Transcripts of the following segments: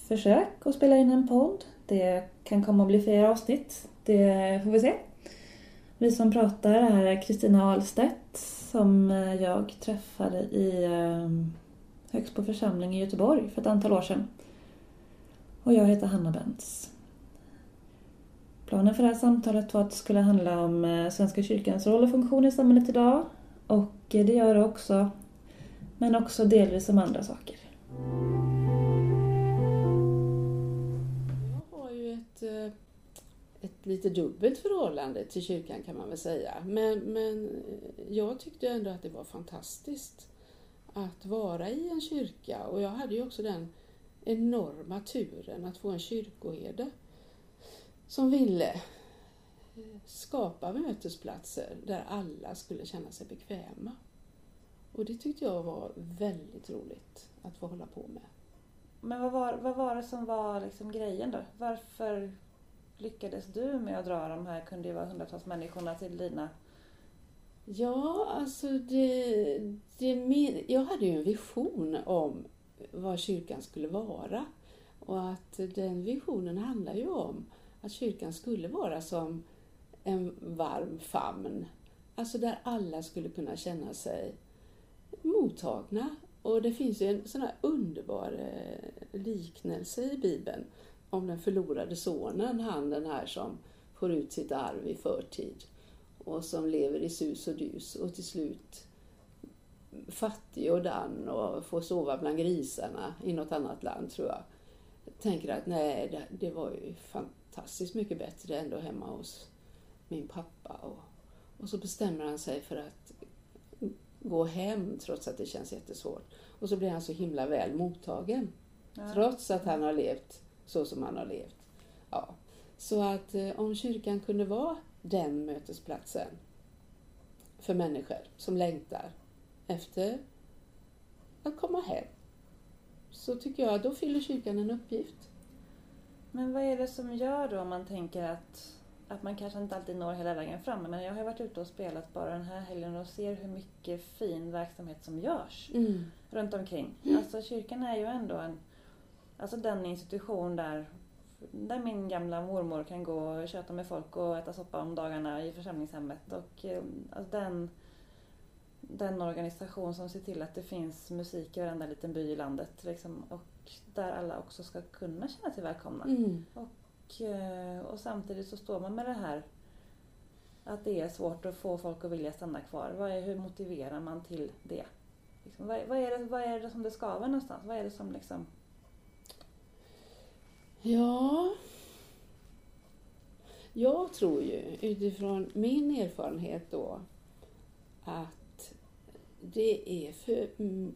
försök att spela in en podd. Det kan komma att bli fler avsnitt. Det får vi se. Vi som pratar är Kristina Ahlstedt som jag träffade i Högsbo församling i Göteborg för ett antal år sedan. Och jag heter Hanna Bentz. Planen för det här samtalet var att det skulle handla om Svenska kyrkans roll och funktion i samhället idag. Och det gör det också. Men också delvis om andra saker. Jag har ju ett lite dubbelt förhållande till kyrkan kan man väl säga. Men jag tyckte ändå att det var fantastiskt att vara i en kyrka. Och jag hade ju också den enorma turen att få en kyrkoherde som ville skapa mötesplatser där alla skulle känna sig bekväma. Och det tyckte jag var väldigt roligt att få hålla på med. Men vad var det som var liksom grejen då? Varför lyckades du med att dra de här, kunde ju vara hundratals människorna till dina? Ja, alltså jag hade ju en vision om vad kyrkan skulle vara. Och att den visionen handlar ju om att kyrkan skulle vara som en varm famn. Alltså där alla skulle kunna känna sig mottagna. Och det finns ju en sån här underbar liknelse i Bibeln om den förlorade sonen. Han den här som får ut sitt arv i förtid. Och som lever i sus och dus. Och till slut fattig och dan och får sova bland grisarna i något annat land tror jag. Tänker att nej, det var ju fantastiskt mycket bättre ändå hemma hos min pappa. Och så bestämmer han sig för att gå hem trots att det känns jättesvårt. Och så blir han så himla väl mottagen. Ja. Trots att han har levt så som han har levt. Ja. Så att om kyrkan kunde vara den mötesplatsen för människor som längtar efter att komma hem. Så tycker jag att då fyller kyrkan en uppgift. Men vad är det som gör då om man tänker att man kanske inte alltid når hela vägen fram? Men jag har varit ute och spelat bara den här helgen och ser hur mycket fin verksamhet som görs runt omkring. Alltså kyrkan är ju ändå den institution där min gamla mormor kan gå och köta med folk och äta soppa om dagarna i församlingshemmet. Och alltså den organisation som ser till att det finns musik i varenda liten by i landet. Liksom, och där alla också ska kunna känna sig välkomna. Och samtidigt så står man med det här att det är svårt att få folk att vilja stanna kvar. Hur motiverar man till det? Liksom, vad är det som det skaver någonstans? Vad är det som liksom... Ja, jag tror ju utifrån min erfarenhet då att det är för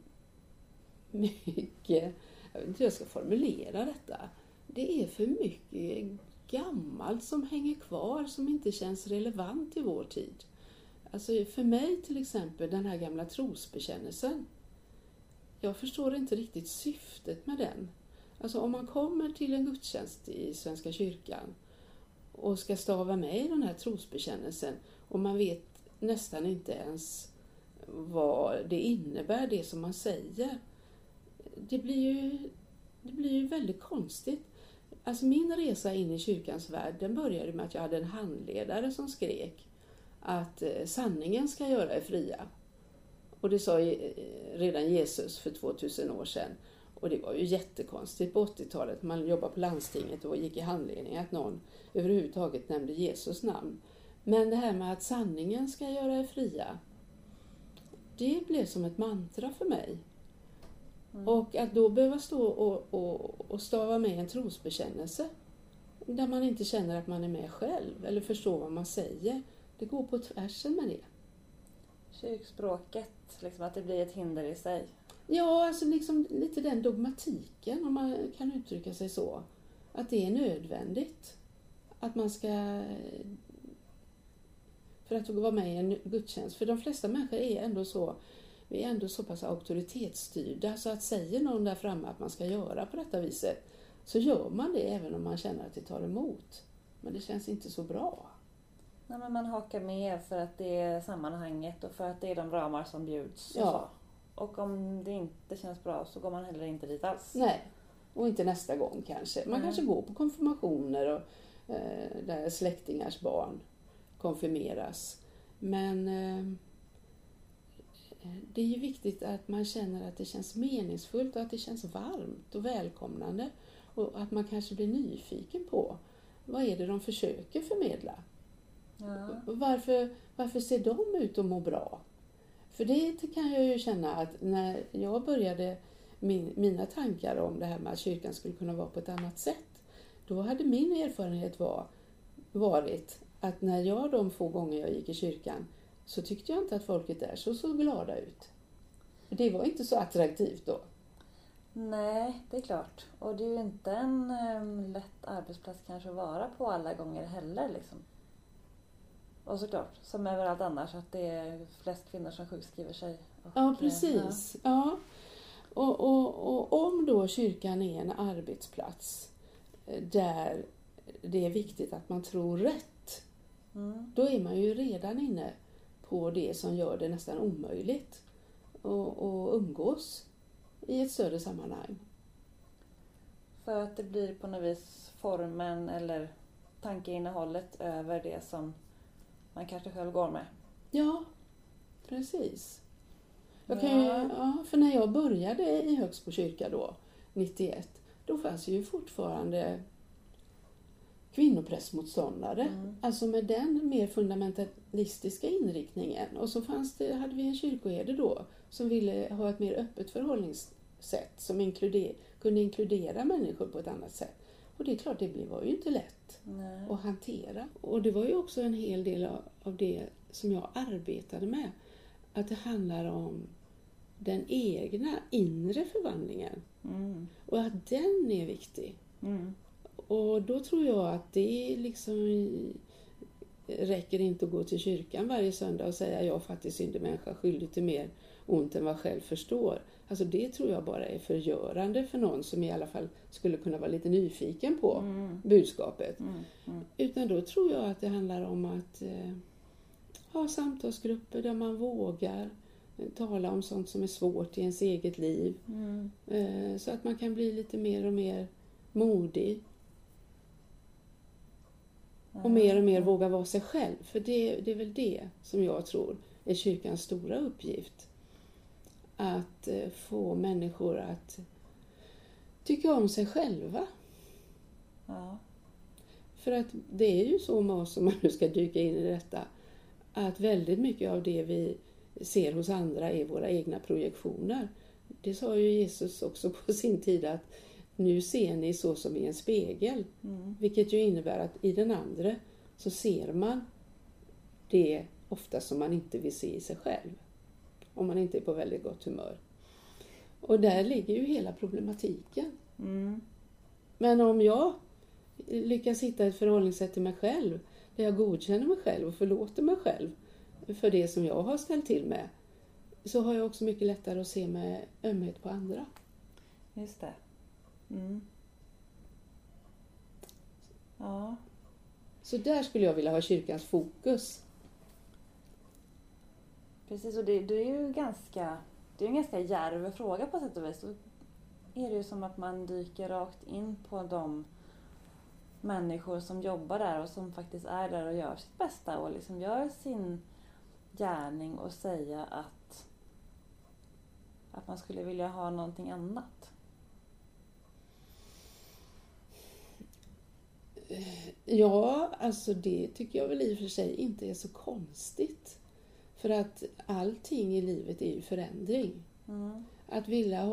mycket, jag vet inte hur jag ska formulera detta, det är för mycket gammalt som hänger kvar som inte känns relevant i vår tid. Alltså för mig till exempel den här gamla trosbekännelsen, jag förstår inte riktigt syftet med den. Alltså om man kommer till en gudstjänst i Svenska kyrkan och ska stava med i den här trosbekännelsen och man vet nästan inte ens vad det innebär, det som man säger. Det blir ju väldigt konstigt. Alltså min resa in i kyrkans värld, den började med att jag hade en handledare som skrek att sanningen ska göra er fria. Och det sa redan Jesus för 2000 år sedan. Och det var ju jättekonstigt på 80-talet. Man jobbade på landstinget och gick i handledning att någon överhuvudtaget nämnde Jesus namn. Men det här med att sanningen ska göra er fria, det blev som ett mantra för mig. Och att då behöva stå och stava med en trosbekännelse där man inte känner att man är med själv eller förstår vad man säger, det går på tvärsen med det. Kyrkspråket, liksom att det blir ett hinder i sig. Ja, alltså liksom lite den dogmatiken, om man kan uttrycka sig så. Att det är nödvändigt. Att man ska, för att vara med i en gudstjänst. För de flesta människor är ändå så, vi är ändå så pass auktoritetsstyrda. Så att säger någon där framme att man ska göra på detta viset, så gör man det även om man känner att det tar emot. Men det känns inte så bra. Nej, men man hakar med för att det är sammanhanget och för att det är de ramar som bjuds. Ja. Och om det inte känns bra så går man heller inte dit alls. Nej. Och inte nästa gång kanske. Man kanske går på konfirmationer och där släktingars barn konfirmeras. Men det är ju viktigt att man känner att det känns meningsfullt och att det känns varmt och välkomnande. Och att man kanske blir nyfiken på vad är det de försöker förmedla. Ja. Varför ser de ut att må bra? För det kan jag ju känna att när jag började mina tankar om det här med att kyrkan skulle kunna vara på ett annat sätt. Då hade min erfarenhet varit att när de få gånger jag gick i kyrkan så tyckte jag inte att folket där så glada ut. Det var inte så attraktivt då. Nej, det är klart. Och det är ju inte en lätt arbetsplats kanske att vara på alla gånger heller liksom. Och såklart, som överallt annars, att det är flest kvinnor som sjukskriver sig. Ja, precis. Ja. Och om då kyrkan är en arbetsplats där det är viktigt att man tror rätt, då är man ju redan inne på det som gör det nästan omöjligt att umgås i ett större sammanhang. För att det blir på något vis formen eller tankeinnehållet över det som man kanske själv går med. Ja, precis. För när jag började i Högsbo kyrka då, 91, då fanns ju fortfarande kvinnoprästmotståndare. Alltså med den mer fundamentalistiska inriktningen. Och så hade vi en kyrkoherde då som ville ha ett mer öppet förhållningssätt som kunde inkludera människor på ett annat sätt. Och det är klart, det var ju inte lätt att hantera. Och det var ju också en hel del av det som jag arbetade med. Att det handlar om den egna inre förvandlingen. Och att den är viktig. Och då tror jag att det liksom räcker inte att gå till kyrkan varje söndag och säga jag är faktiskt syndig människa, skyldig till mer ont än vad själv förstår. Alltså det tror jag bara är förgörande för någon som i alla fall skulle kunna vara lite nyfiken på budskapet. Utan då tror jag att det handlar om att ha samtalsgrupper där man vågar tala om sånt som är svårt i ens eget liv. Så att man kan bli lite mer och mer modig. Och mer våga vara sig själv. För det är väl det som jag tror är kyrkans stora uppgift. Att få människor att tycka om sig själva. Ja. För att det är ju så med oss, om man nu ska dyka in i detta, att väldigt mycket av det vi ser hos andra är våra egna projektioner. Det sa ju Jesus också på sin tid, att nu ser ni så som i en spegel. Vilket ju innebär att i den andra så ser man det ofta som man inte vill se i sig själv. Om man inte är på väldigt gott humör. Och där ligger ju hela problematiken. Men om jag lyckas hitta ett förhållningssätt till mig själv, där jag godkänner mig själv och förlåter mig själv för det som jag har ställt till med, så har jag också mycket lättare att se med ömhet på andra. Just det. Ja. Så där skulle jag vilja ha kyrkans fokus. Precis, och det är ju en ganska djärv fråga på sätt och vis. Då är det ju som att man dyker rakt in på de människor som jobbar där och som faktiskt är där och gör sitt bästa och liksom gör sin gärning, och säga att man skulle vilja ha någonting annat. Ja, alltså det tycker jag väl i och för sig inte är så konstigt. För att allting i livet är ju förändring. Att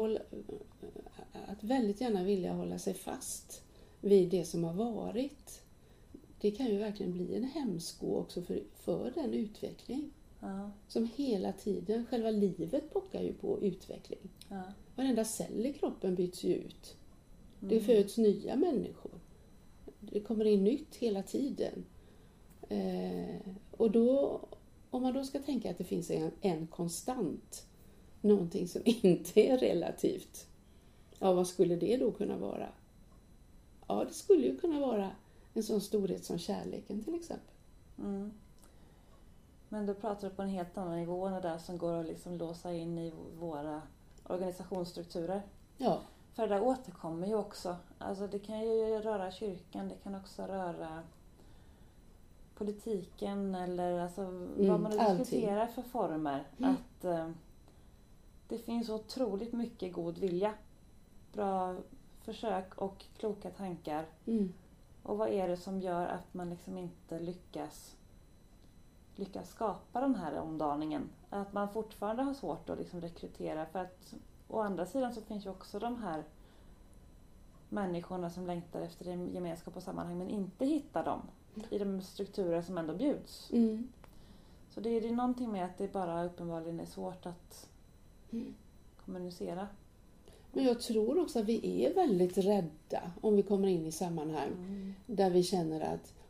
väldigt gärna vilja hålla sig fast vid det som har varit, det kan ju verkligen bli en hämsko också för den utveckling. Som hela tiden, själva livet pockar ju på utveckling. Varenda cell i kroppen byts ju ut. Det föds nya människor. Det kommer in nytt hela tiden. Och då, om man då ska tänka att det finns en konstant, någonting som inte är relativt, ja, vad skulle det då kunna vara? Ja, det skulle ju kunna vara en sån storhet som kärleken till exempel. Men då pratar du på en helt annan nivå än det där som går att liksom låsa in i våra organisationsstrukturer. Ja. För det där återkommer ju också. Alltså det kan ju röra kyrkan, det kan också röra politiken eller alltså vad man nu diskuterar för former. Att det finns otroligt mycket god vilja, bra försök och kloka tankar. Och vad är det som gör att man liksom inte lyckas skapa den här omdaningen? Att man fortfarande har svårt att liksom rekrytera, för att å andra sidan så finns ju också de här människorna som längtar efter en gemenskap och sammanhang men inte hittar dem i de strukturer som ändå bjuds. Så det är någonting med att det bara uppenbarligen är svårt att kommunicera. Men jag tror också att vi är väldigt rädda om vi kommer in i sammanhang där vi känner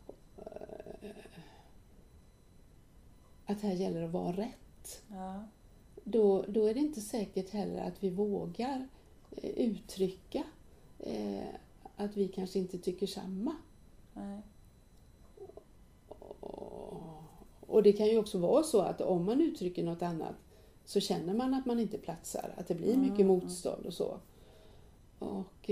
att här gäller att vara rätt. Ja. Då är det inte säkert heller att vi vågar uttrycka att vi kanske inte tycker samma. Nej. Och det kan ju också vara så att om man uttrycker något annat så känner man att man inte platsar. Att det blir mycket motstånd och så. Och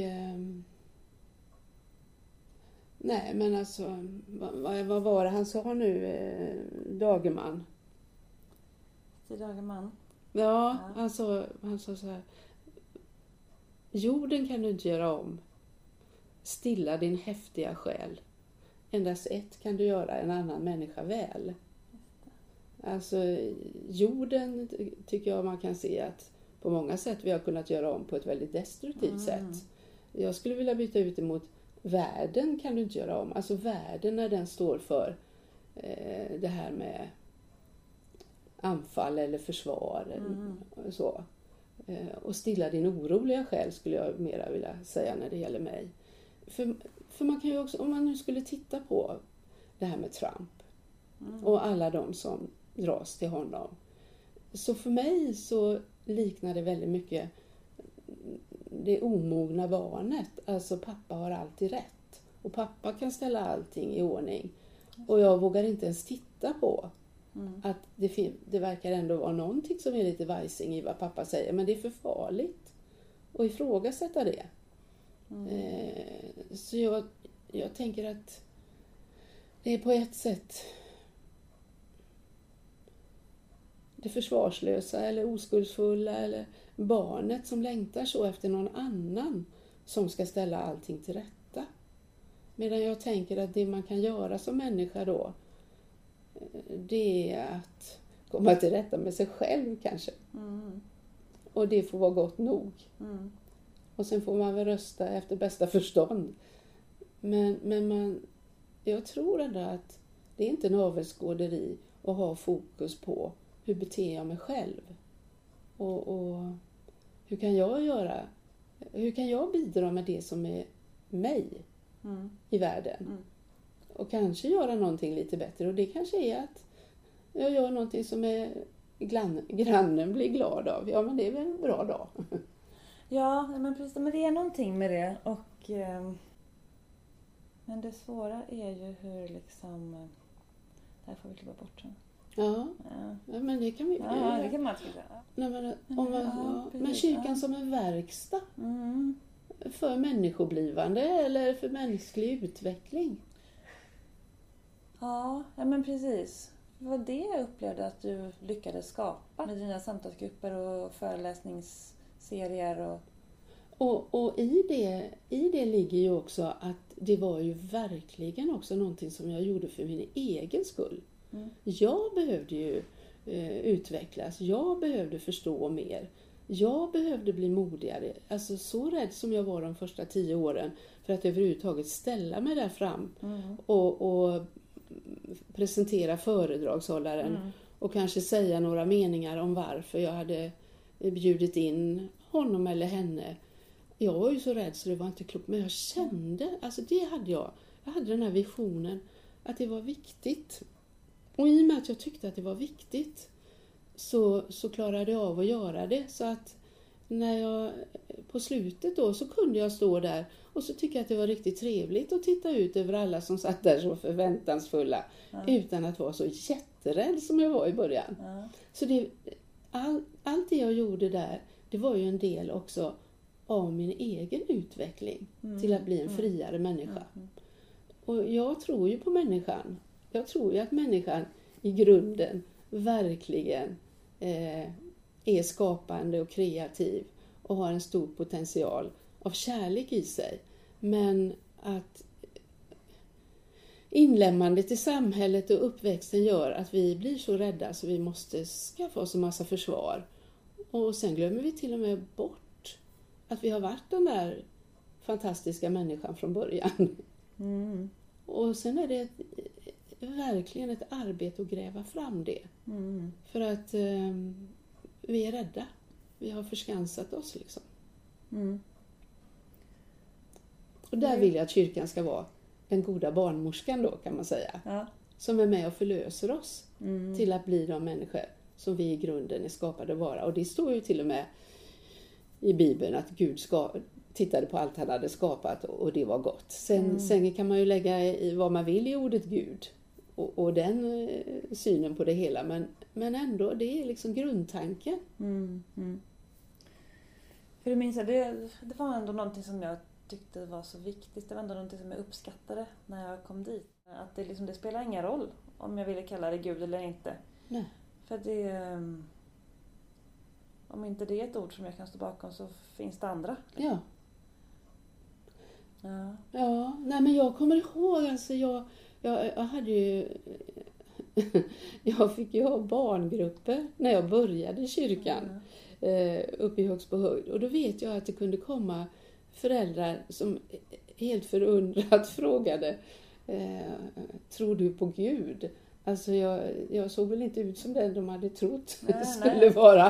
nej, men alltså vad var det han sa nu, Dagerman? Stig Dagerman? Ja, han sa så här: jorden kan du inte göra om. Stilla din häftiga själ. Endast ett kan du göra en annan människa väl. Alltså jorden tycker jag man kan se att på många sätt vi har kunnat göra om på ett väldigt destruktivt sätt. Jag skulle vilja byta ut emot världen kan du inte göra om. Alltså världen när den står för det här med anfall eller försvar eller så. Och stilla din oroliga själ skulle jag mera vilja säga när det gäller mig. För man kan ju också, om man nu skulle titta på det här med Trump och alla de som dras till honom. Så för mig så liknar det väldigt mycket det omogna barnet. Alltså pappa har alltid rätt. Och pappa kan ställa allting i ordning. Och jag vågar inte ens titta på att det verkar ändå vara någonting som är lite vajsing i vad pappa säger. Men det är för farligt att ifrågasätta det. Så jag tänker att det är på ett sätt det försvarslösa eller oskuldsfulla eller barnet som längtar så efter någon annan som ska ställa allting till rätta. Medan jag tänker att det man kan göra som människa då, det är att komma till rätta med sig själv kanske. Och det får vara gott nog. Och sen får man väl rösta efter bästa förstånd. Men jag tror ändå att det är inte navelskåderi att ha fokus på hur beter jag mig själv. Och hur kan jag göra? Hur kan jag bidra med det som är mig i världen? Och kanske göra någonting lite bättre. Och det kanske är att jag gör någonting som är grannen blir glad av. Ja, men det är väl en bra dag. Ja, men precis. Men det är någonting med det. Och, men det svåra är ju hur liksom... Det här får vi klippa bort sen. Ja, men det kan vi... Ja, det kan man skriva. Men kyrkan som en verkstad för människoblivande eller för mänsklig utveckling. Ja, men precis. Det var det jag upplevde att du lyckades skapa med dina samtalsgrupper och föreläsningsserier. Och i det ligger ju också att det var ju verkligen också någonting som jag gjorde för min egen skull. Jag behövde ju utvecklas. Jag behövde förstå mer. Jag behövde bli modigare. Alltså så rädd som jag var de första 10 åren för att överhuvudtaget ställa mig där fram och presentera föredragshållaren och kanske säga några meningar om varför jag hade bjudit in honom eller henne. Jag var ju så rädd så det var inte klokt, men jag kände, alltså det hade jag hade den här visionen att det var viktigt. Och i och med att jag tyckte att det var viktigt så klarade jag av att göra det. Så att när jag på slutet då så kunde jag stå där och så tycker jag att det var riktigt trevligt att titta ut över alla som satt där så förväntansfulla utan att vara så jätterädd som jag var i början. Så allt det jag gjorde där, det var ju en del också av min egen utveckling till att bli en friare människa. Och jag tror ju på människan. Jag tror ju att människan i grunden verkligen är skapande och kreativ och har en stor potential av kärlek i sig. Men att inlämmandet i samhället och uppväxten gör att vi blir så rädda så vi måste skaffa oss en massa försvar. Och sen glömmer vi till och med bort att vi har varit den där fantastiska människan från början. Och sen är det verkligen ett arbete att gräva fram det. För att vi är rädda. Vi har förskansat oss liksom. Och där vill jag att kyrkan ska vara den goda barnmorskan då, kan man säga. Ja. Som är med och förlöser oss till att bli de människor som vi i grunden är skapade att vara. Och det står ju till och med i Bibeln att Gud tittade på allt han hade skapat och det var gott. Sen kan man ju lägga i vad man vill i ordet Gud och den synen på det hela. Men ändå, det är liksom grundtanken. För du minns, det var ändå någonting som jag tyckte var så viktigt. Det var ändå någonting som jag uppskattade när jag kom dit. Att det spelar ingen roll om jag ville kalla det Gud eller inte. Nej. För om inte det är ett ord som jag kan stå bakom så finns det andra. Ja. Nej, men jag kommer ihåg, alltså jag hade ju jag fick ju ha barngrupper när jag började i kyrkan uppe i Högsbohöjd. Och då vet jag att det kunde komma föräldrar som helt förundrat frågade, tror du på Gud? Alltså jag såg väl inte ut som den de hade trott skulle vara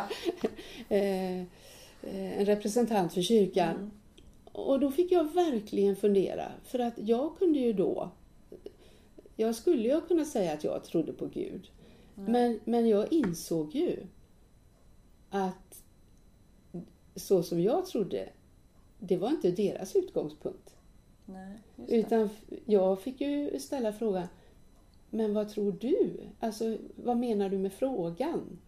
en representant för kyrkan. Och då fick jag verkligen fundera. För att jag kunde ju då, jag skulle ju kunna säga att jag trodde på Gud. Men jag insåg ju att så som jag trodde, det var inte deras utgångspunkt. Nej, just det. Utan jag fick ju ställa frågan, men vad tror du? Alltså, vad menar du med frågan?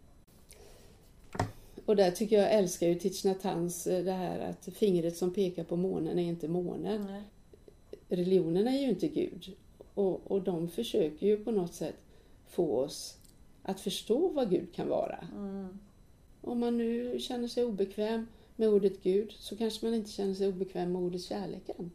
Och där tycker jag älskar ju Thich Nhat Hanhs det här att fingret som pekar på månen är inte månen. Nej. Religionen är ju inte Gud. Och de försöker ju på något sätt få oss att förstå vad Gud kan vara. Om man nu känner sig obekväm med ordet Gud så kanske man inte känner sig obekväm med ordet kärleken.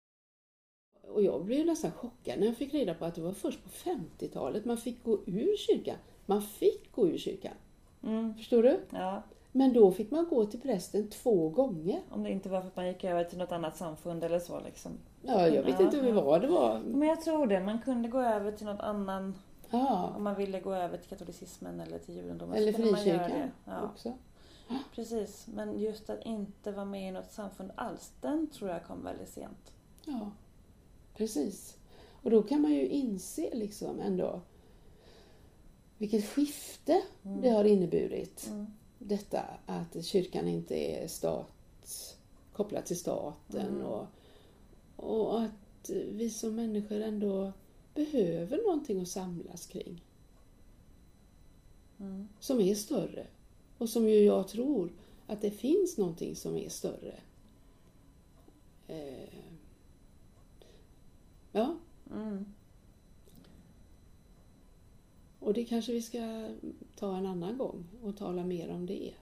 Och jag blev nästan chockad när jag fick reda på att det var först på 50-talet man fick gå ur kyrkan. Man fick gå ur kyrkan. Förstår du? Ja. Men då fick man gå till prästen 2 gånger. Om det inte var för att man gick över till något annat samfund eller så liksom. Ja, jag vet inte vad det var. Men jag tror det. Man kunde gå över till något annan. Om man ville gå över till katolicismen eller till judendomen. Eller frikyrkan också. Precis. Men just att inte vara med i något samfund alls, den tror jag kom väldigt sent. Ja, precis. Och då kan man ju inse liksom ändå vilket skifte det har inneburit. Detta att kyrkan inte är kopplad till staten och att vi som människor ändå behöver någonting att samlas kring. Som är större. Och som ju jag tror att det finns någonting som är större. Ja. Och det kanske vi ska ta en annan gång och tala mer om det.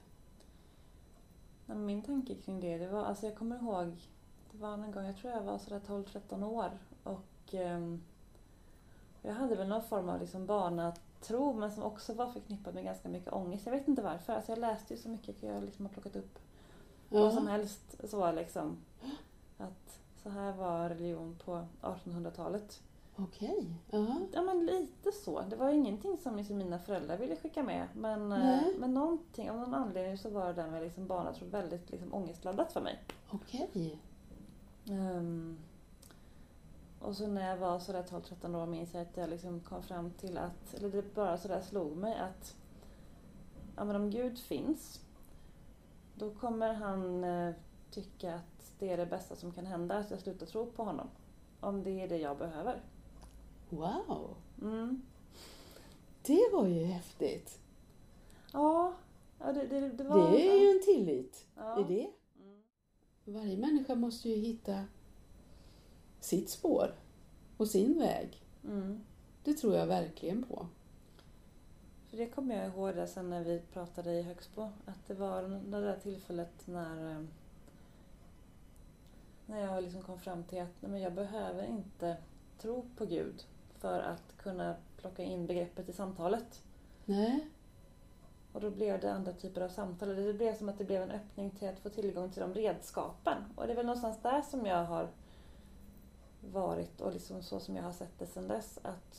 Min tanke kring det var, alltså jag kommer ihåg, det var en gång, jag tror jag var sådär 12-13 år och jag hade väl någon form av liksom barnatro men som också var förknippad med ganska mycket ångest. Jag vet inte varför, alltså jag läste ju så mycket, jag liksom har plockat upp vad som helst så liksom, att så här var religion på 1800-talet. Okej. Ja, men lite så. Det var ingenting som mina föräldrar ville skicka med. Men någonting, av någon anledning så var det där med liksom barnatro väldigt liksom ångestladdat för mig. Okej. Och så när jag var sådär 12-13 år minns jag att jag liksom kom fram till att, eller det bara sådär slog mig att ja, men om Gud finns, då kommer han tycka att det är det bästa som kan hända, att jag slutar tro på honom. Om det är det jag behöver. Wow. Det var ju häftigt. Ja, det var... Det är ju en tillit i det. Varje människa måste ju hitta sitt spår och sin väg. Det tror jag verkligen på. För det kommer jag ihåg det sen när vi pratade i Högsbo. Att det var det där tillfället när jag liksom kom fram till att men jag behöver inte tro på Gud för att kunna plocka in begreppet i samtalet. Nej. Och då blev det andra typer av samtal. Det blev som att det blev en öppning till att få tillgång till de redskapen. Och det är väl någonstans där som jag har varit och liksom så som jag har sett det sedan dess.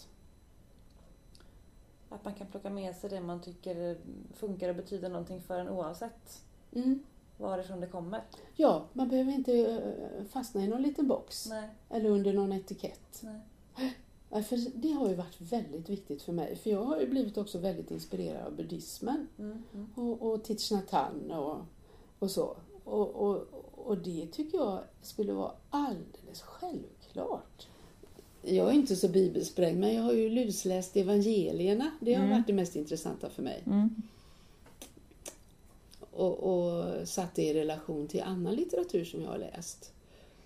Att man kan plocka med sig det man tycker funkar och betyder någonting för en oavsett varifrån det kommer. Ja, man behöver inte fastna i någon liten box. Nej. Eller under någon etikett. Nej. För det har ju varit väldigt viktigt för mig. För jag har ju blivit också väldigt inspirerad av buddhismen. Och Thich Nhat Hanh och så. Och det tycker jag skulle vara alldeles självklart. Jag är inte så bibelsprängd, men jag har ju lusläst evangelierna. Det har varit det mest intressanta för mig. Och satt det i relation till annan litteratur som jag har läst.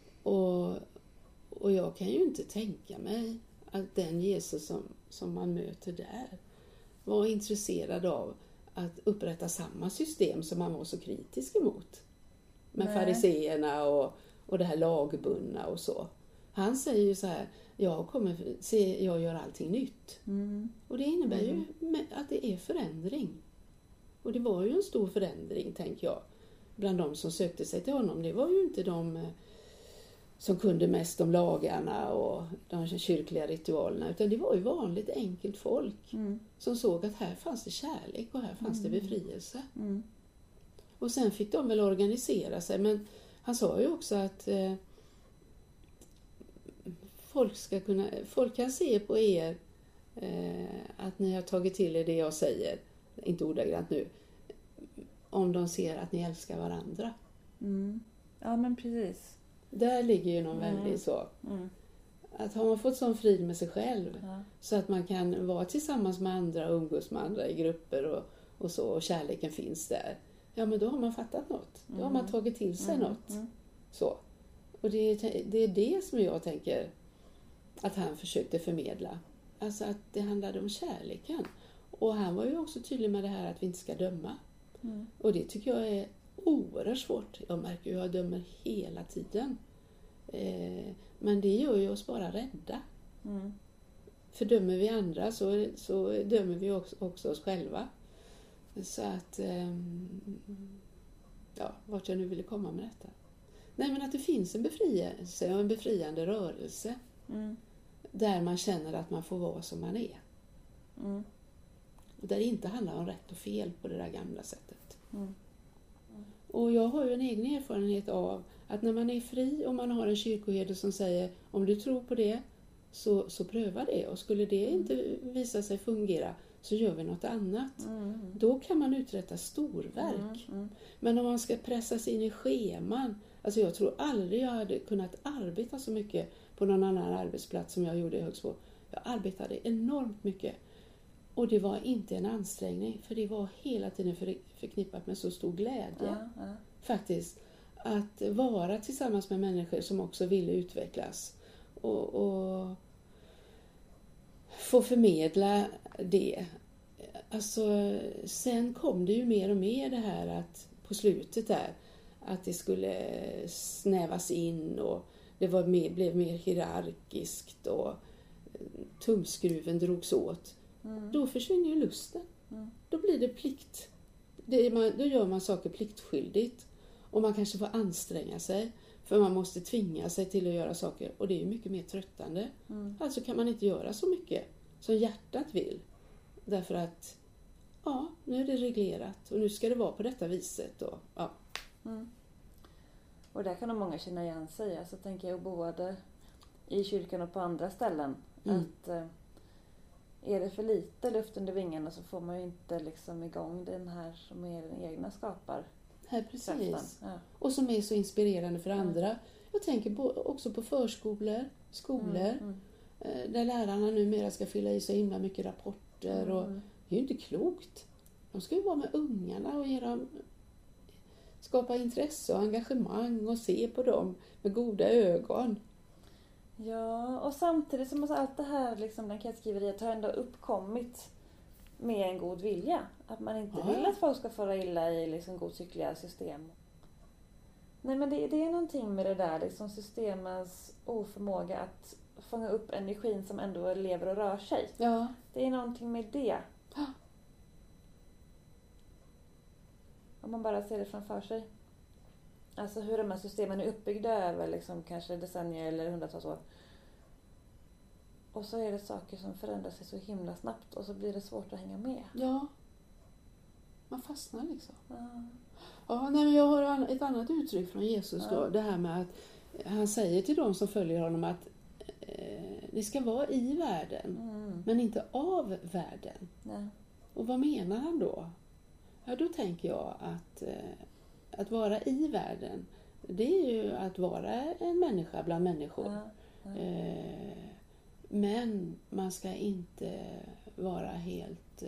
Och jag kan ju inte tänka mig att den Jesus som man möter där var intresserad av att upprätta samma system som man var så kritisk emot. Med fariseerna och det här lagbundna och så. Han säger ju så här, jag gör allting nytt. Och det innebär ju att det är förändring. Och det var ju en stor förändring, tänker jag, bland de som sökte sig till honom. Det var ju inte de som kunde mest om lagarna och de kyrkliga ritualerna, utan det var ju vanligt enkelt folk som såg att här fanns det kärlek och här fanns det befrielse. Och sen fick de väl organisera sig, men han sa ju också att folk kan se på er att ni har tagit till er det jag säger, inte ordagrant nu, om de ser att ni älskar varandra. Ja, men precis. Där ligger ju någon väldigt så. Att har man fått sån frid med sig själv så att man kan vara tillsammans med andra och umgås med andra i grupper och så, och kärleken finns där. Ja, men då har man fattat något. Då har man tagit till sig något. Så. Och det är det som jag tänker att han försökte förmedla. Alltså att det handlade om kärleken. Och han var ju också tydlig med det här att vi inte ska döma. Och det tycker jag är oerhört svårt. Jag märker ju att jag dömer hela tiden. Men det gör ju oss bara rädda. För dömer vi andra så dömer vi också oss själva. Så att, vart jag nu ville komma med detta. Nej, men att det finns en befrielse och en befriande rörelse. Där man känner att man får vara som man är. Och där det inte handlar om rätt och fel på det där gamla sättet. Och jag har ju en egen erfarenhet av att när man är fri och man har en kyrkoherde som säger om du tror på det så pröva det. Och skulle det inte visa sig fungera så gör vi något annat. Då kan man uträtta storverk. Men om man ska pressas in i scheman. Alltså jag tror aldrig jag hade kunnat arbeta så mycket på någon annan arbetsplats som jag gjorde i Högsbo. Jag arbetade enormt mycket. Och det var inte en ansträngning. För det var hela tiden förknippat med så stor glädje. Faktiskt. Att vara tillsammans med människor som också ville utvecklas. Och få förmedla det. Alltså, sen kom det ju mer och mer det här att på slutet där. Att det skulle snävas in och det blev mer hierarkiskt och tumskruven drogs åt. Då försvinner ju lusten. Då blir det plikt. Då gör man saker pliktskyldigt. Och man kanske får anstränga sig. För man måste tvinga sig till att göra saker. Och det är ju mycket mer tröttande. Alltså kan man inte göra så mycket som hjärtat vill. Därför att nu är det reglerat. Och nu ska det vara på detta viset. Och där kan nog många känna igen sig. Alltså tänker jag både i kyrkan och på andra ställen. Att är det för lite luft under vingarna så får man ju inte liksom igång den här som är den egna skapar. Precis. Ja. Och som är så inspirerande för andra. Jag tänker också på förskolor, skolor. Där lärarna numera ska fylla i så himla mycket rapporter. Och det är ju inte klokt. De ska ju vara med ungarna och ge dem skapa intresse och engagemang och se på dem med goda ögon. Ja, och samtidigt som allt det här liksom, blankettskriveriet har ändå uppkommit med en god vilja. Att man inte vill att folk ska fara illa i liksom godtyckliga system. Nej, men det är någonting med det där liksom systemens oförmåga att fånga upp energin som ändå lever och rör sig. Ja. Det är någonting med det. Om man bara ser det framför sig. Alltså hur de här systemen är uppbyggda över liksom kanske decennier eller hundratals år. Och så är det saker som förändrar sig så himla snabbt och så blir det svårt att hänga med. Ja. Man fastnar liksom. Ja. Ja, nej, men jag har ett annat uttryck från Jesus då. Det här med att han säger till dem som följer honom att ni ska vara i världen, men inte av världen. Nej. Och vad menar han då? Ja, då tänker jag att vara i världen, det är ju att vara en människa bland människor. Ja. Men man ska inte vara helt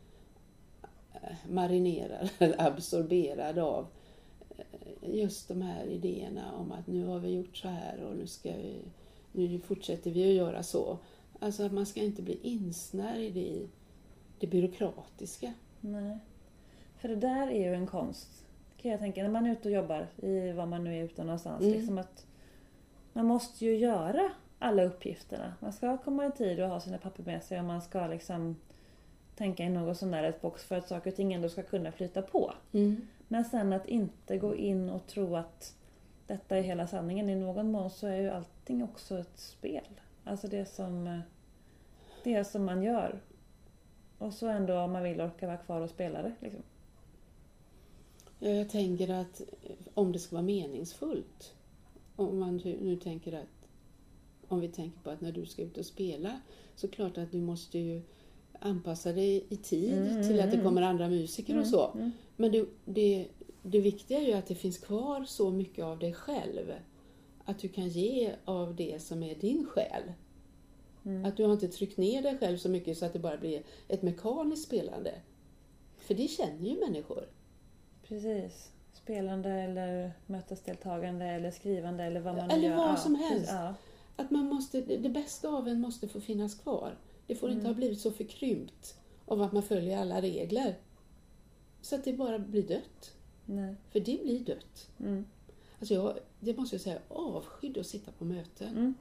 marinerad eller absorberad av just de här idéerna om att nu har vi gjort så här och nu fortsätter vi att göra så. Alltså att man ska inte bli insnärjd i det byråkratiska. Nej. För det där är ju en konst, kan jag tänka, när man är ute och jobbar i vad man nu är ute någonstans. Liksom att man måste ju göra alla uppgifterna. Man ska komma i tid och ha sina papper med sig och man ska liksom tänka i något sån där ett box för att saker och ting ändå ska kunna flyta på. Men sen att inte gå in och tro att detta är hela sanningen. I någon mån så är ju allting också ett spel. Alltså det som man gör. Och så ändå om man vill orka vara kvar och spela det. Liksom. Jag tänker att om det ska vara meningsfullt. Om man nu tänker att om vi tänker på att när du ska ut och spela så klart att du måste ju anpassa dig i tid till att det kommer andra musiker och så. Men det viktiga är ju att det finns kvar så mycket av dig själv. Att du kan ge av det som är din själ. Att du har inte tryckt ner dig själv så mycket så att det bara blir ett mekaniskt spelande. För det känner ju människor. Precis. Spelande eller mötesdeltagande eller skrivande eller vad man eller gör. Eller vad som helst. Ja. Att det bästa av en måste få finnas kvar. Det får inte ha blivit så förkrympt av att man följer alla regler. Så att det bara blir dött. Nej. För det blir dött. Alltså det måste jag säga, avskydd att sitta på möten.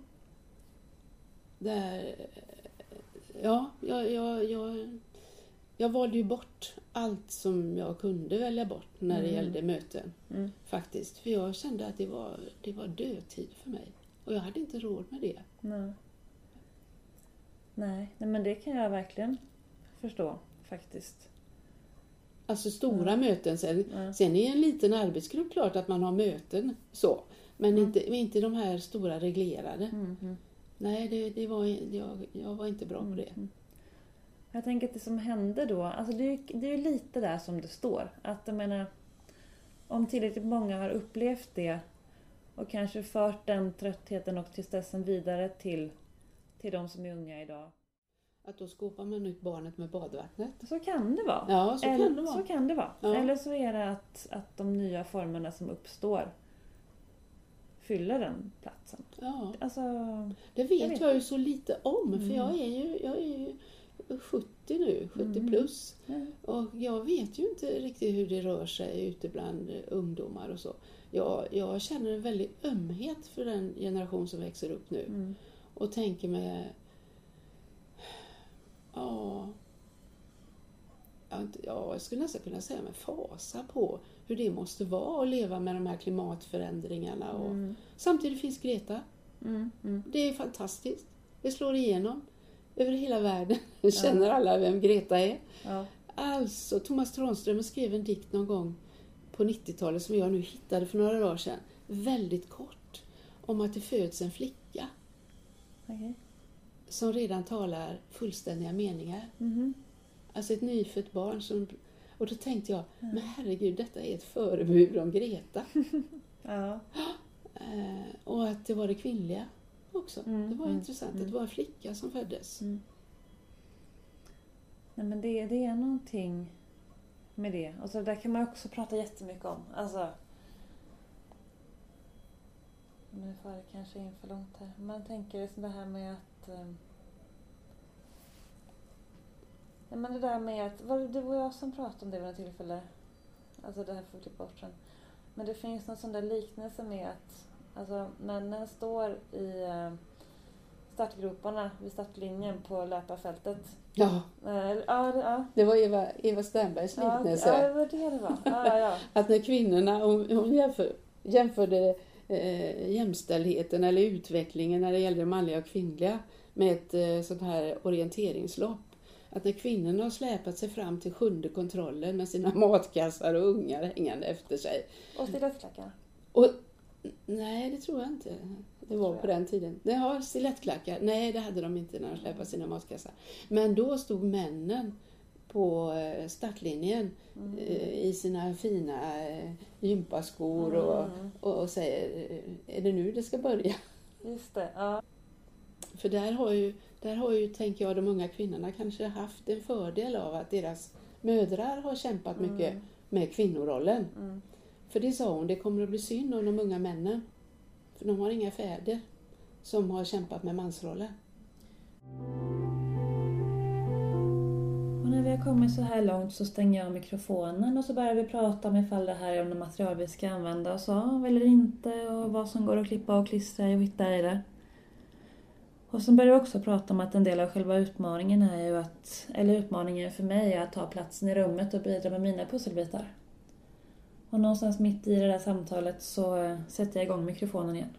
Där, ja, jag valde ju bort allt som jag kunde välja bort när det gällde möten. Faktiskt. För jag kände att det var dödtid för mig. Och jag hade inte råd med det. Nej, men det kan jag verkligen förstå faktiskt. Alltså stora möten. Sen är en liten arbetsgrupp klart att man har möten så. Men inte de här stora reglerade. Nej, jag var inte bra på det. Jag tänker att det som hände då, alltså det är lite där som det står. Att jag menar, om tillräckligt många har upplevt det och kanske fört den tröttheten och tristessen vidare till de som är unga idag. Att då skåpar man ut barnet med badvattnet. Så kan det vara. Ja, så kan det vara. Ja. Eller så är det att de nya formerna som uppstår fyller den platsen. Ja. Alltså, det vet jag ju så lite om. För jag är ju 70 nu, 70 plus. Och jag vet ju inte riktigt hur det rör sig ute bland ungdomar och så. Jag känner en väldig ömhet för den generation som växer upp nu. Och tänker mig, jag skulle nästan kunna säga med fasa på hur det måste vara att leva med de här klimatförändringarna. Och samtidigt finns Greta. Det är fantastiskt. Det slår igenom över hela världen. Känner alla vem Greta är. Ja. Alltså, Thomas Tranströmer skrev en dikt någon gång på 90-talet som jag nu hittade för några dagar sedan. Väldigt kort. Om att det föds en flicka. Okay. Som redan talar fullständiga meningar. Alltså ett nyfött barn som... Och då tänkte jag, men herregud, detta är ett förebud om Greta. Ja. Och att det var det kvinnliga också. Det var intressant. Det var en flicka som föddes. Nej, men det är någonting med det. Och så det där kan man också prata jättemycket om. Alltså, nu får det kanske in för långt här. Man tänker det här med att men det där med att, var det du och jag som pratade om det vid något tillfälle? Alltså det här får vi klippa bort sen. Men det finns någon sån där liknelse med att alltså, männen står i startgroparna vid startlinjen på löparfältet. Ja. Ja. Det var Eva Sternbergs liknelse. Ja, det var det var. Ja. Att när kvinnorna, hon jämförde jämställdheten eller utvecklingen när det gäller det manliga och kvinnliga med ett sånt här orienteringslopp. Att när kvinnorna har släpat sig fram till 7:e kontrollen med sina matkassar och ungar hängande efter sig. Och stilettklackar? Nej, det tror jag inte. Det var på den tiden. Det har stilettklackar. Nej, det hade de inte när de släpade sina matkassar. Men då stod männen på startlinjen i sina fina gympaskor och säger, är det nu det ska börja? Just det, ja. För där har ju, tänker jag, de unga kvinnorna kanske haft en fördel av att deras mödrar har kämpat mycket med kvinnorollen. För det sa hon, det kommer att bli synd om de unga männen. För de har inga fäder som har kämpat med mansrollen. Och när vi har kommit så här långt så stänger jag mikrofonen och så börjar vi prata om ifall det här är de material vi ska använda oss av eller inte och vad som går att klippa och klistra och hitta i det. Och så börjar vi också prata om att en del av själva utmaningen är ju utmaningen för mig är att ta platsen i rummet och bidra med mina pusselbitar. Och någonstans mitt i det där samtalet så sätter jag igång mikrofonen igen.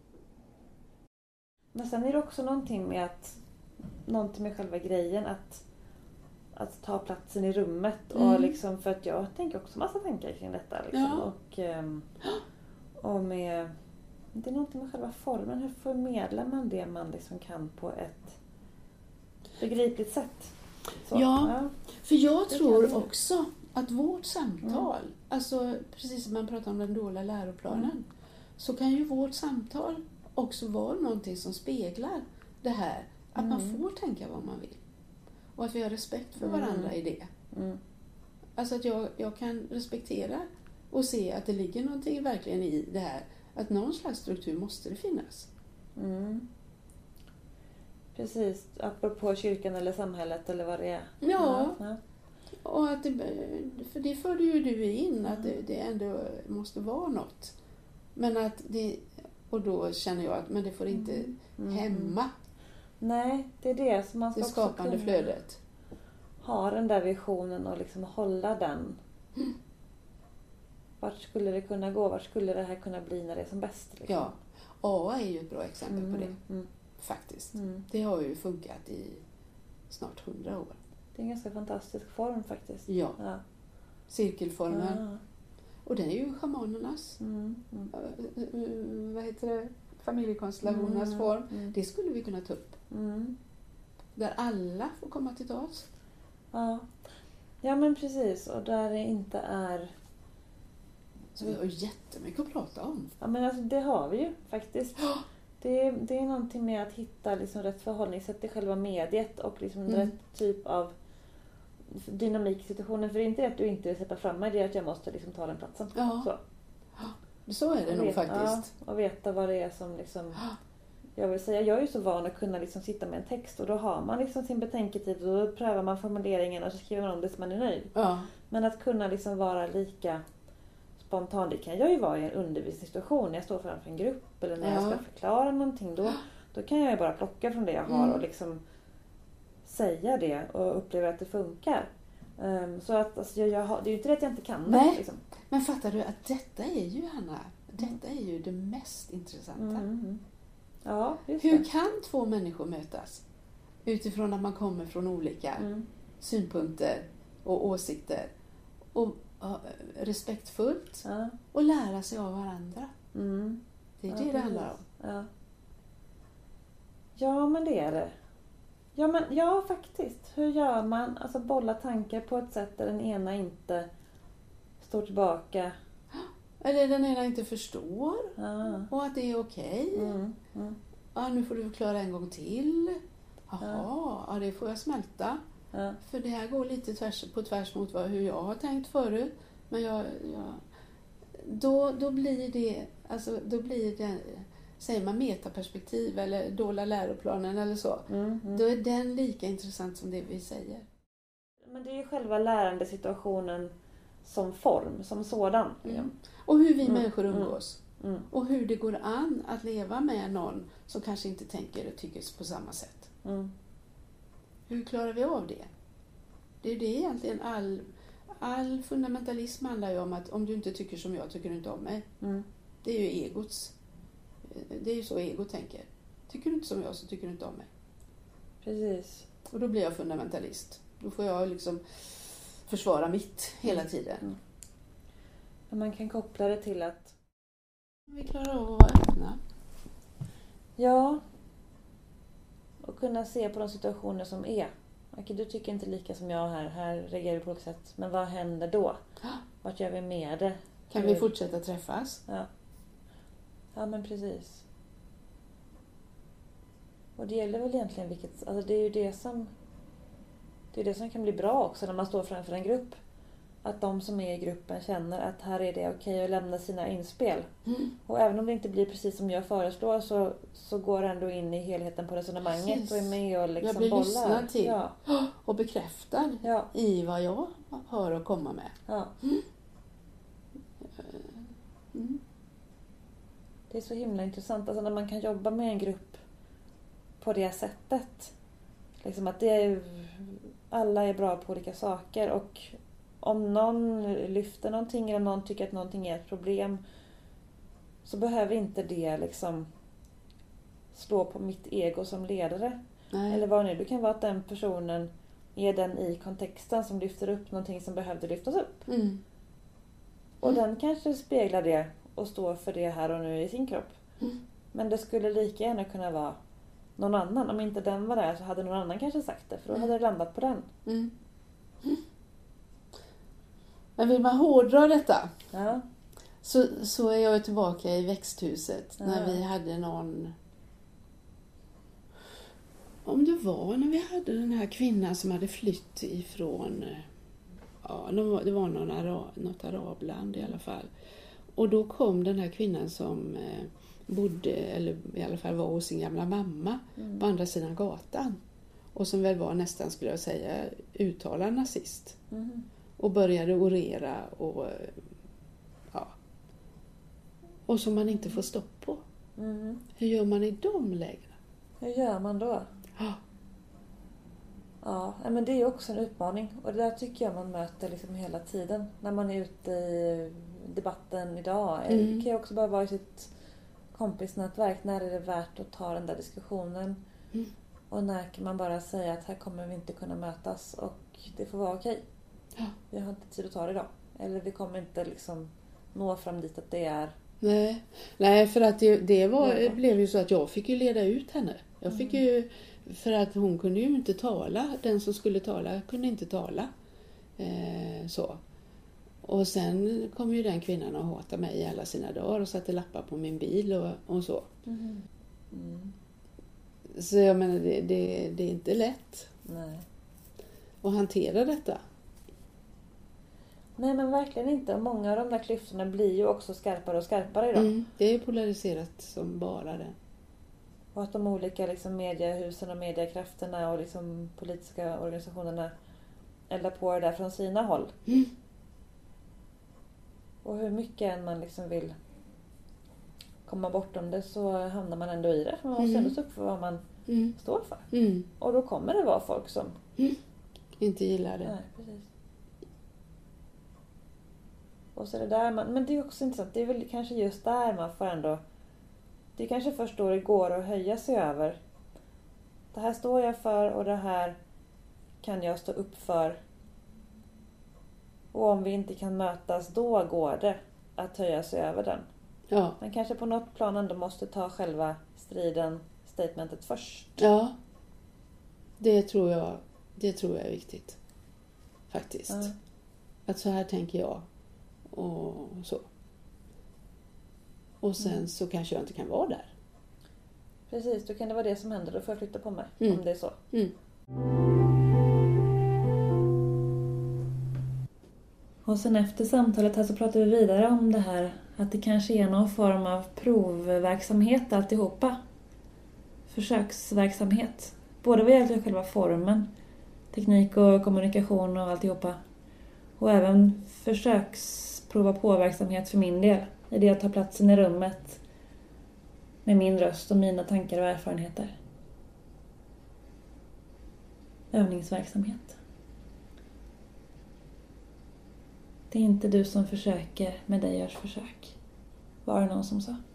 Men sen är det också någonting med själva grejen att ta platsen i rummet och liksom, för att jag tänker också massa tankar kring detta liksom. Och med det är någonting med själva formen, hur förmedlar man det man liksom kan på ett begripligt sätt. Så, ja, för jag tror också att vårt samtal, alltså precis som man pratar om den dåliga läroplanen, så kan ju vårt samtal också vara någonting som speglar det här. Att man får tänka vad man vill. Och att vi har respekt för varandra i det. Alltså att jag kan respektera och se att det ligger någonting verkligen i det här. Att någon slags struktur måste det finnas. Precis, apropå kyrkan eller samhället eller vad det är. Ja. Och att för det förde ju du in, att det ändå måste vara något. Men att och då känner jag att men det får inte hämma. Nej, det är det som man ska det skapande också flödet. Ha den där visionen och liksom hålla den. Vart skulle det kunna gå? Vart skulle det här kunna bli när det är som bäst? Liksom? Ja, AA är ju ett bra exempel på det. Faktiskt. Det har ju funkat i snart 100 år. Det är en ganska fantastisk form faktiskt. Ja. Cirkelformen. Ja. Och den är ju schamanernas. Vad heter det? Familjekonstellationernas form. Det skulle vi kunna ta upp. Där alla får komma till tals. Ja, men precis. Och där det inte är... Så vi har ju jättemycket att prata om. Ja, men alltså, det har vi ju faktiskt. Det är någonting med att hitta liksom rätt förhållningssätt till själva mediet och liksom rätt typ av dynamik i situationen. För det är inte det att du inte vill släppa fram mig, det är att jag måste liksom ta den platsen. Ja. Så är det nog faktiskt. Ja, och veta vad det är som liksom... Jag vill säga, jag är ju så van att kunna liksom sitta med en text och då har man liksom sin betänketid och då prövar man formuleringen och så skriver man om det så man är nöjd. Ja. Men att kunna liksom vara lika spontan, det kan jag ju vara i en undervisningssituation när jag står framför en grupp eller när jag ska förklara någonting. Då kan jag ju bara plocka från det jag har och liksom säga det och uppleva att det funkar. Så att alltså, det är ju inte det att jag inte kan det. Liksom. Men fattar du att detta är ju, Hanna, detta är ju det mest intressanta. Ja, just Hur det. kan två människor mötas utifrån att man kommer från olika synpunkter och åsikter och respektfullt och lära sig av varandra? Det är det handlar om. Ja, men det är det. Ja, faktiskt. Hur gör man? Alltså bolla tankar på ett sätt där den ena inte står tillbaka. Eller den ena inte förstår. Och att det är okej. Ja, nu får du förklara en gång till. Jaha, det får jag smälta. Ja. För det här går lite på tvärs mot hur jag har tänkt förut. Men då blir det, säger man metaperspektiv eller dolda läroplanen eller så. Då är den lika intressant som det vi säger. Men det är ju själva lärandesituationen som form, som sådan. Och hur vi människor umgås. Och hur det går an att leva med någon som kanske inte tänker och tycker på samma sätt. Hur klarar vi av det? Det är det egentligen all fundamentalism handlar ju om, att om du inte tycker som jag, tycker du inte om mig. Det är ju egots. Det är ju så ego tänker. Tycker du inte som jag, så tycker du inte om mig. Precis. Och då blir jag fundamentalist. Då får jag liksom försvara mitt hela tiden. Men man kan koppla det till att vi klarar av att vara öppna. Ja. Och kunna se på de situationer som är. Okej, du tycker inte lika som jag här. Här reagerar vi på ett sätt. Men vad händer då? Vart gör vi med det? Kan vi fortsätta träffas? Ja. Ja, men precis. Och det gäller väl egentligen vilket... Alltså det är ju det som kan bli bra också när man står framför en grupp. Att de som är i gruppen känner att här är det okej att lämna sina inspel. Och även om det inte blir precis som jag föreslår, så går det ändå in i helheten på resonemanget. Precis. Och är med och liksom jag blir bollar. Lyssnad till och bekräftad i vad jag hör och komma med. Ja. Det är så himla intressant alltså när man kan jobba med en grupp på det sättet. Liksom att alla är bra på olika saker, och om någon lyfter någonting eller någon tycker att någonting är ett problem, så behöver inte det liksom slå på mitt ego som ledare. Nej. Eller vad nu, det kan vara att den personen är den i kontexten som lyfter upp någonting som behövde lyftas upp. Och den kanske speglar det och står för det här och nu i sin kropp. Men det skulle lika gärna kunna vara någon annan. Om inte den var där så hade någon annan kanske sagt det, för då hade det landat på den. Men vill man hårdra detta, så är jag tillbaka i växthuset när vi hade någon... Om det var när vi hade den här kvinnan som hade flytt ifrån... Ja, det var något arabland i alla fall. Och då kom den här kvinnan som bodde, eller i alla fall var hos sin gamla mamma på andra sidan gatan. Och som väl var nästan, skulle jag säga, uttalad nazist. Och började orera och och som man inte får stopp på. Hur gör man i de lägena? Hur gör man då? Ja, men det är också en utmaning. Och det där tycker jag man möter liksom hela tiden. När man är ute i debatten idag. Det kan ju också bara vara i sitt kompisnätverk. När är det värt att ta den där diskussionen? Och när kan man bara säga att här kommer vi inte kunna mötas. Och det får vara okej. Vi har inte tid att ta det idag. Eller vi kommer inte liksom nå fram dit att det är... Nej, för att blev ju så att jag fick ju leda ut henne. Jag fick ju... För att hon kunde ju inte tala. Den som skulle tala kunde inte tala. Så. Och sen kom ju den kvinnan och hatade mig i alla sina dagar. Och satte lappar på min bil och så. Så jag menar, det är inte lätt. Nej. Att hantera detta. Nej, men verkligen inte. Och många av de där klyftorna blir ju också skarpare och skarpare idag. Det är polariserat som bara det. Och att de olika liksom, mediehusen och mediekrafterna och liksom, politiska organisationerna eldar på det där från sina håll. Och hur mycket än man liksom vill komma bortom det, så hamnar man ändå i det. För man måste ändå stå upp för vad man står för. Och då kommer det vara folk som inte gillar det. Nej, precis. Och så är det där men det är också intressant. Det är väl kanske just där man får ändå... Det är kanske först då det går att höja sig över. Det här står jag för och det här kan jag stå upp för. Och om vi inte kan mötas, då går det att höja sig över den. Ja. Men kanske på något plan ändå måste ta själva striden, statementet först. Ja, det tror jag är viktigt. Faktiskt. Att så här tänker jag. Och så. Och sen så kanske jag inte kan vara där. Precis, då kan det vara det som händer. Då får jag flytta på mig. Om det är så. Och sen efter samtalet här så pratade vi vidare om det här att det kanske är någon form av provverksamhet alltihopa. Försöksverksamhet. Både vad gäller själva formen, teknik och kommunikation och alltihopa. Och även försöksprova på-verksamhet för min del. I det att ta platsen i rummet med min röst och mina tankar och erfarenheter. Övningsverksamhet. Det är inte du som försöker, med dig görs försök. Var det någon som sa.